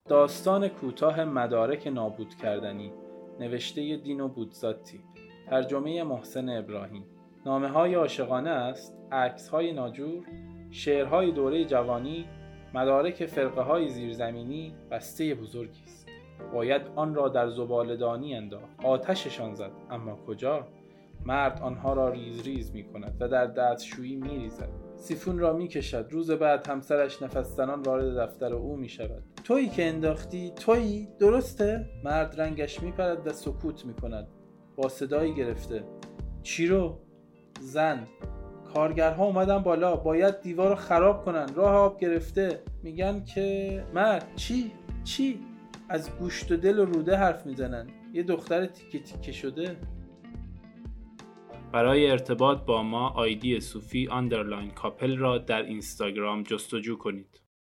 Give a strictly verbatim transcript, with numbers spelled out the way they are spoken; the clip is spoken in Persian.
داستان کوتاه مدارک نابود کردنی، نوشته دینو بودزاتی، ترجمه محسن ابراهیم. نامه‌های عاشقانه است، عکس‌های ناجور، شعرهای دوره جوانی، مدارک فرقه‌های زیرزمینی، بسته بزرگی است. باید آن را در زباله‌دانی انداخت، آتششان زد، اما کجا؟ مرد آنها را ریز ریز می کند و در دستشویی می ریزد. سیفون را می کشد. روز بعد همسرش نفس زنان وارد دفتر او می شود. تویی که انداختی؟ تویی؟ درسته؟ مرد رنگش می پرد و سکوت می کند. با صدایی گرفته. چی رو؟ زن. کارگرها اومدن بالا، باید دیوار رو خراب کنن، راه آب گرفته. میگن که مرد چی؟ چی؟ از گوشت و دل و روده حرف میزنن. یه دختر تیکه تیکه شده. برای ارتباط با ما آیدی صوفی آندرلاین کاپل را در اینستاگرام جستجو کنید.